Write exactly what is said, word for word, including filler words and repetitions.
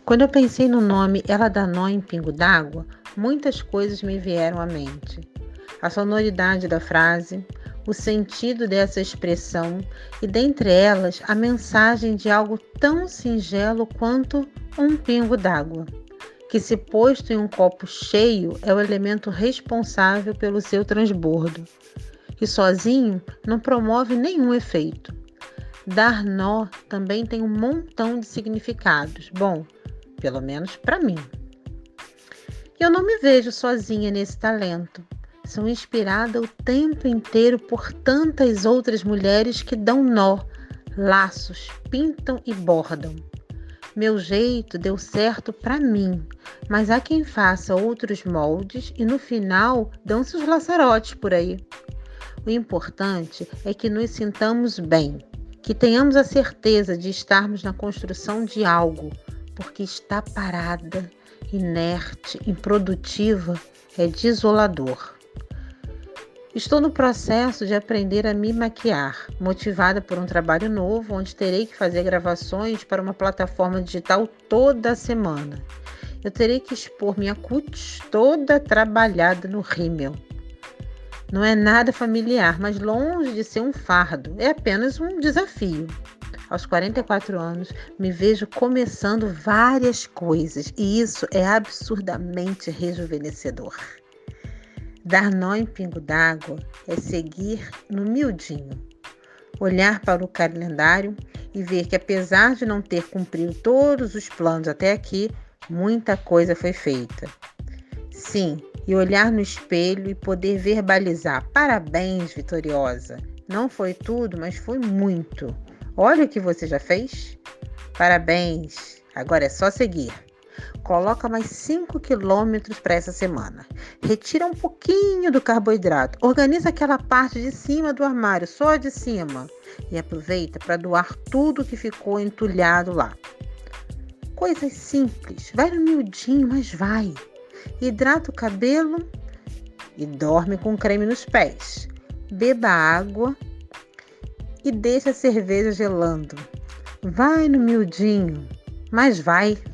Quando eu pensei no nome Ela Dá Nó em Pingo d'Água, muitas coisas me vieram à mente. A sonoridade da frase, o sentido dessa expressão e, dentre elas, a mensagem de algo tão singelo quanto um pingo d'água, que, se posto em um copo cheio, é o elemento responsável pelo seu transbordo, e sozinho não promove nenhum efeito. Dar nó também tem um montão de significados, bom, pelo menos para mim. Eu não me vejo sozinha nesse talento. Sou inspirada o tempo inteiro por tantas outras mulheres que dão nó, laços, pintam e bordam. Meu jeito deu certo para mim, mas há quem faça outros moldes e no final dão-se os laçarotes por aí. O importante é que nos sintamos bem, que tenhamos a certeza de estarmos na construção de algo, porque estar parada, inerte, improdutiva é desolador. Estou no processo de aprender a me maquiar, motivada por um trabalho novo, onde terei que fazer gravações para uma plataforma digital toda semana. Eu terei que expor minha cutis toda trabalhada no rímel. Não é nada familiar, mas longe de ser um fardo, é apenas um desafio. Aos quarenta e quatro anos, me vejo começando várias coisas e isso é absurdamente rejuvenescedor. Dar nó em pingo d'água é seguir no miudinho, olhar para o calendário e ver que, apesar de não ter cumprido todos os planos até aqui, muita coisa foi feita. Sim, e olhar no espelho e poder verbalizar: parabéns, vitoriosa! Não foi tudo, mas foi muito. Olha o que você já fez. Parabéns! Agora é só seguir. Coloca mais cinco quilômetros para essa semana. Retira um pouquinho do carboidrato. Organiza aquela parte de cima do armário, só de cima. E aproveita para doar tudo que ficou entulhado lá. Coisas simples. Vai no miudinho, mas vai. Hidrata o cabelo e dorme com creme nos pés. Beba água e deixa a cerveja gelando. Vai no miudinho, mas vai.